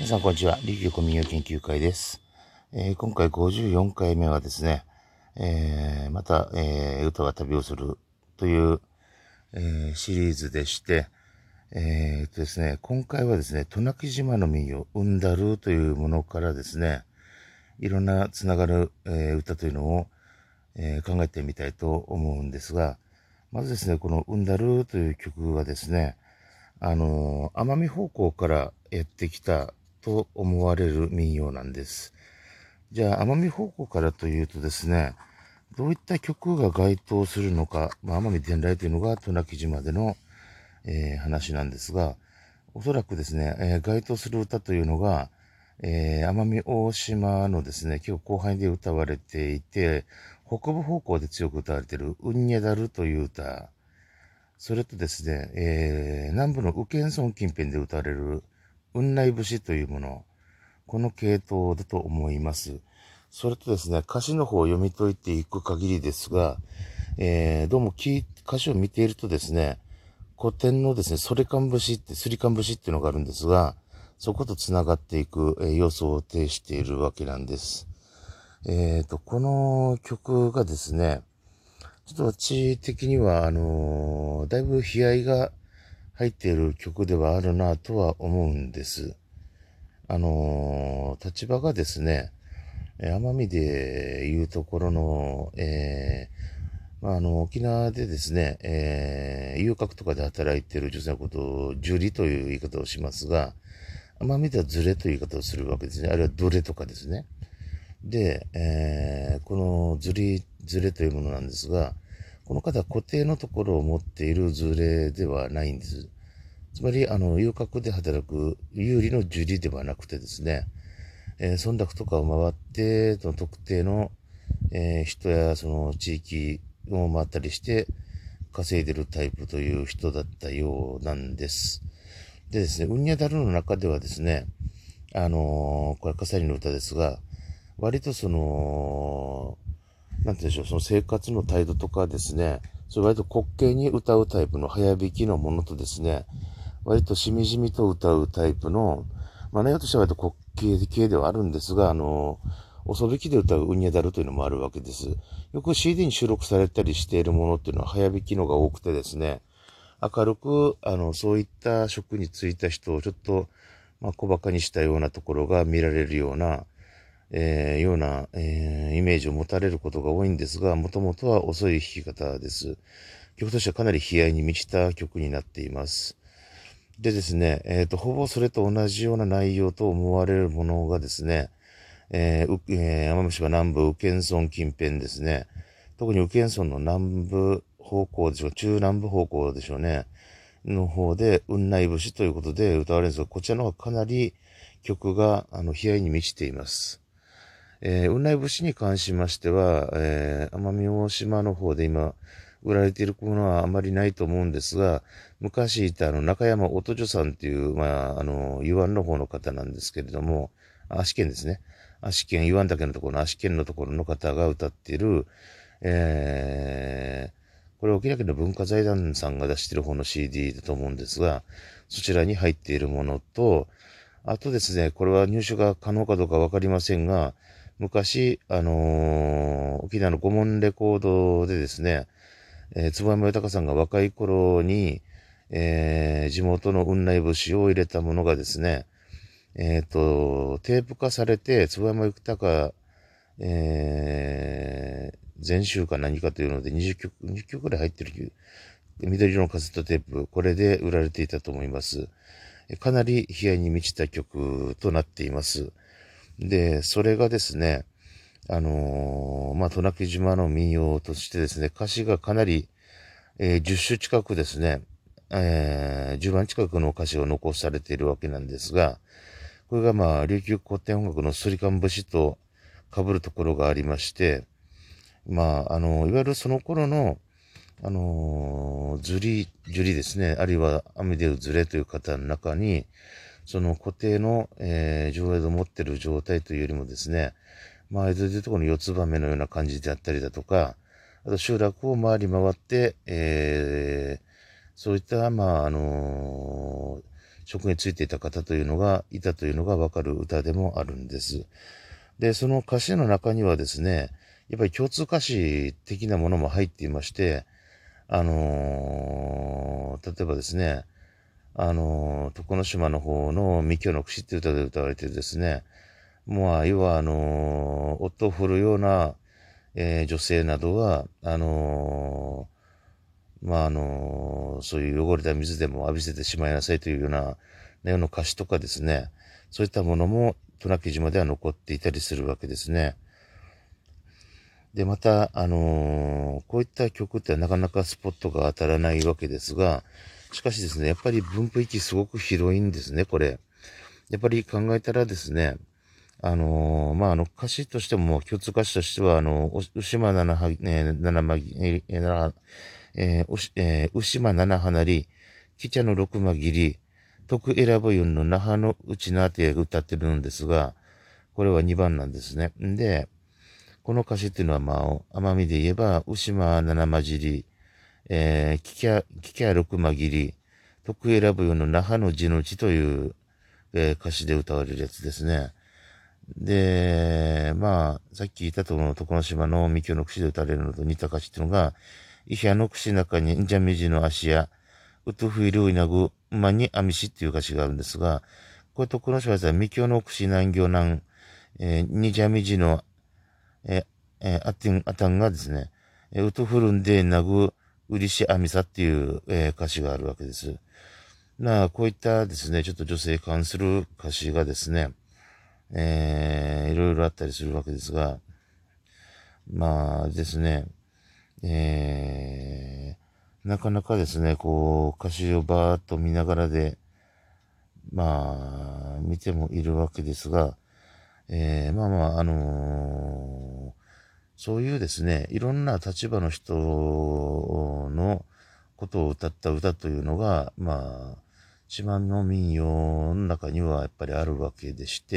皆さんこんにちは。琉球民謡研究会です。今回54回目はですね、また、歌が旅をするという、シリーズでして、ですね、今回はですね、渡名喜島の民謡、うんだるというものからですね、いろんなつながる、歌というのを、考えてみたいと思うんですが、まずですね、このうんだるという曲はですね、奄美方向からやってきたと思われる民謡なんです。じゃあ、奄美方向からというとですね、どういった曲が該当するのか、奄美伝来というのが渡名喜島での、話なんですが、おそらくですね、該当する歌というのが、奄美大島のですね、結構広範囲で歌われていて、北部方向で強く歌われている、うんにゃだるという歌、それとですね、南部の宇検村近辺で歌われる雲内節というもの、この系統だと思います。それとですね、歌詞の方を読み解いていく限りですが、どうも歌詞を見ているとですね、古典のですね、それかん節って、すりかん節っていうのがあるんですが、そことつながっていく、要素を呈しているわけなんです。この曲がですね、ちょっと私的には、だいぶ悲哀が入っている曲ではあるなとは思うんです。立場がですね、奄美でいうところの、沖縄でですね、遊郭とかで働いている女性のことを、樹里という言い方をしますが、奄美ではズレという言い方をするわけですね。あるいはドレとかですね。で、このズレというものなんですが、この方は固定のところを持っているズレではないんです。つまり、遊郭で働く有利の樹里ではなくてですね、村落とかを回って、その特定の、人やその地域を回ったりして稼いでるタイプという人だったようなんです。でですね、ウンニャダルの中ではですね、これはカサリの歌ですが、割とその、なんて言うんでしょう、その生活の態度とかですね、それ割と滑稽に歌うタイプの早弾きのものとですね、割としみじみと歌うタイプの、内容としては割と滑稽系ではあるんですが、遅弾きで歌うウニャダルというのもあるわけです。よく CD に収録されたりしているものっていうのは早弾きのが多くてですね、明るく、そういった職に就いた人をちょっと、小馬鹿にしたようなところが見られるような、イメージを持たれることが多いんですが、もともとは遅い弾き方です。曲としてはかなり悲哀に満ちた曲になっています。でですね、ほぼそれと同じような内容と思われるものがですね、奄美島南部宇検村近辺ですね、特に宇検村の南部方向でしょう、中南部方向でしょうね、の方で、雲内節ということで歌われるんですが、こちらの方がかなり曲が、悲哀に満ちています。雲内節に関しましては、奄美大島の方で今、売られているものはあまりないと思うんですが、昔いた中山音女さんっていう、湯湾の方の方なんですけれども、足県ですね。足県、湯湾岳のところの足県のところの方が歌っている、これ沖縄県の文化財団さんが出している方の CD だと思うんですが、そちらに入っているものと、あとですね、これは入手が可能かどうかわかりませんが、昔、沖縄の御門レコードでですね、坪山豊さんが若い頃に、地元の雲内節を入れたものがですね、テープ化されて、坪山豊、全集か何かというので20曲くらい入ってる緑色のカセットテープ、これで売られていたと思います。かなり悲哀に満ちた曲となっています。で、それがですね、渡名喜島の民謡としてですね、歌詞がかなり、10首近くですね、10番近くの歌詞を残されているわけなんですが、これが琉球古典音楽のすりかん節と被るところがありまして、いわゆるその頃の、ジュリですね、あるいはアミデウズレという方の中に、その固定の、上映を持っている状態というよりもですね、江戸でいうところの四つ葉目のような感じであったりだとか、あと集落を回り回って、そういった、 職についていた方というのがいたというのがわかる歌でもあるんです。で、その歌詞の中にはですね、やっぱり共通歌詞的なものも入っていまして、例えばですね、徳之島の方の未居の串っていう歌で歌われてですね、もう、要は、夫を振るような、女性などは、そういう汚れた水でも浴びせてしまいなさいというような、ような歌詞とかですね、そういったものも、渡名喜島では残っていたりするわけですね。で、また、こういった曲ってなかなかスポットが当たらないわけですが、しかしですね、やっぱり分布域すごく広いんですね、これ。やっぱり考えたらですね、歌詞としても、共通歌詞としては、牛間七は、七まぎ、牛間七花り、吉茶の六間切り、徳選ぶよんの那覇のうちなって歌ってるんですが、これは2番なんですね。で、この歌詞っていうのは、奄美で言えば、牛間七まじり、キキャ六間切り、徳選ぶよんの那覇の字の字という、歌詞で歌われるやつですね。で、さっき言ったとの徳之島の未居の串で歌われるのと似た歌詞っていうのが、イヒャの串中にんじゃみじの足や、うとふいるいなぐ、馬にあみしっていう歌詞があるんですが、これ徳之島は未居の串南行南、にじゃみじの、あたんがですね、うとふるんでなぐ、うりしあみさっていう、歌詞があるわけです。こういったですね、ちょっと女性関する歌詞がですね、いろいろあったりするわけですが、ですね、なかなかですね、こう、歌詞をバーっと見ながらで、見てもいるわけですが、そういうですね、いろんな立場の人のことを歌った歌というのが、島の民謡の中にはやっぱりあるわけでして、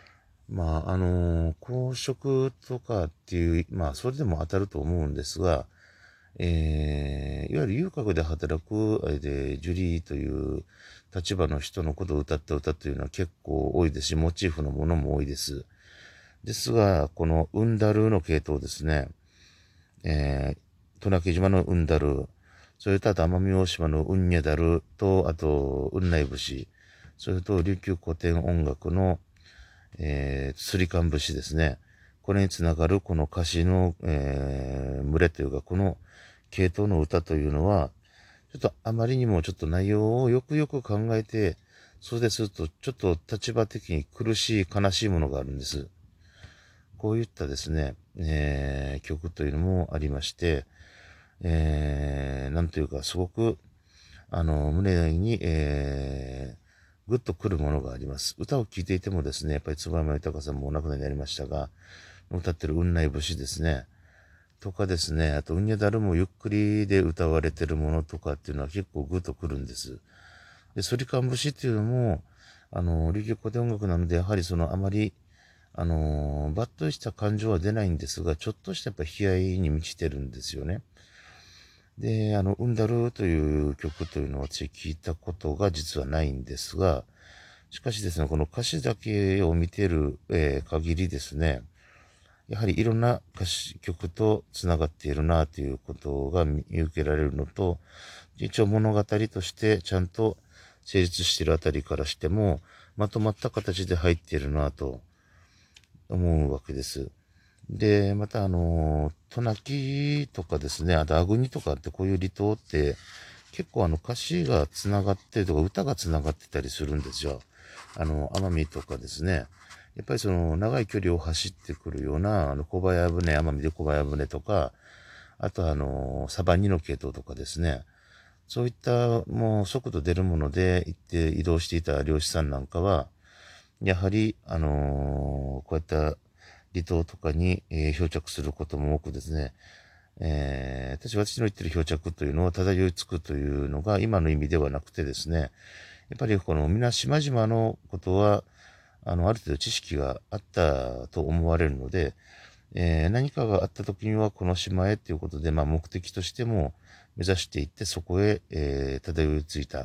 公職とかっていう、それでも当たると思うんですが、いわゆる遊郭で働く、あれで、ジュリーという立場の人のことを歌った歌というのは結構多いですし、モチーフのものも多いです。ですが、このウンダルの系統ですね、渡名喜島のウンダル、それとあと奄美大島のウンニャダルと、あと、ウンナイ節、それと琉球古典音楽の釣り勘節ですね。これにつながるこの歌詞の、群れというか、この系統の歌というのは、ちょっとあまりにもちょっと内容をよくよく考えて、そうですると、ちょっと立場的に苦しい、悲しいものがあるんです。こういったですね、曲というのもありまして、なんというか、すごく、胸に、ぐっと来るものがあります。歌を聴いていてもですね、やっぱり坪山豊さんもお亡くなりになりましたが、歌ってる雲内節ですね。とかですね、あと、うんにゃだるもゆっくりで歌われてるものとかっていうのは結構ぐっと来るんです。で、反りかん節っていうのも、琉球古典音楽なので、やはりあまり、バッとした感情は出ないんですが、ちょっとしたやっぱ悲哀に満ちてるんですよね。で、うんだるという曲というのを私聞いたことが実はないんですが、しかしですね、この歌詞だけを見てる、限りですね、やはりいろんな歌詞曲とつながっているなということが見受けられるのと、一応物語としてちゃんと成立しているあたりからしても、まとまった形で入っているなと思うわけです。で、また渡名喜とかですね、あと阿国とかってこういう離島って結構歌詞が繋がってるとか歌が繋がってたりするんですよ。奄美とかですね。やっぱり長い距離を走ってくるような、小早船、奄美で小早船とか、あとサバニの系統とかですね。そういったもう速度出るもので行って移動していた漁師さんなんかは、やはり、こういった離島とかに、漂着することも多くですね、私の言ってる漂着というのは漂い着くというのが今の意味ではなくてですね、やっぱりこの皆島々のことは、ある程度知識があったと思われるので、何かがあった時にはこの島へということで、目的としても目指していってそこへ、漂い着いた。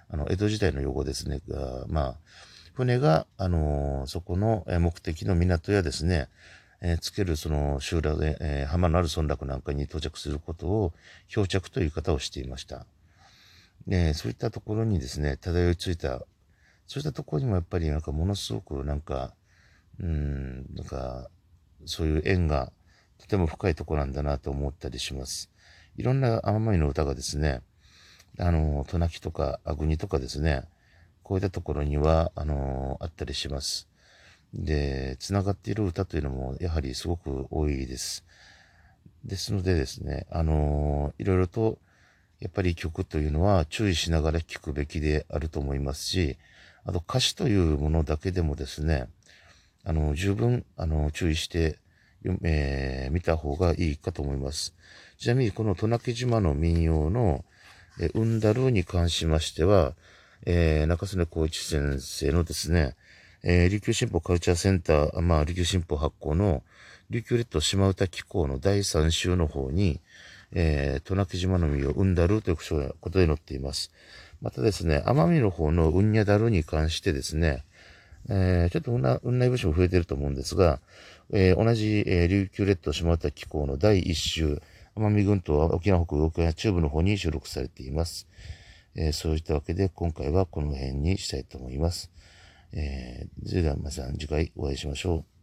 江戸時代の用語ですね。船が、そこの目的の港やですね、つけるその集落で、浜のある村落なんかに到着することを漂着という言い方をしていました。そういったところにですね、漂いついた、そういったところにもやっぱりなんかものすごくなんか、そういう縁がとても深いところなんだなと思ったりします。いろんな奄美の歌がですね、渡名喜とか粟国とかですね、こういったところには、あったりします。で、つながっている歌というのもやはりすごく多いです。ですのでですね、いろいろとやっぱり曲というのは注意しながら聴くべきであると思いますし、あと歌詞というものだけでもですね、十分、注意して、見た方がいいかと思います。ちなみに、この渡名喜島の民謡の、うんだるに関しましては、中曽根光一先生のですね、琉球新報カルチャーセンター、琉球新報発行の琉球列島島唄機構の第3週の方に、渡名喜島の民謡、うんだるということで載っています。またですね、奄美の方のうんにゃだるに関してですね、ちょっとうんない節も増えてると思うんですが、同じ、琉球列島島唄機構の第1週、奄美群島沖縄北部沖縄中部の方に収録されています。そういったわけで今回はこの辺にしたいと思います。それでは皆さん次回お会いしましょう。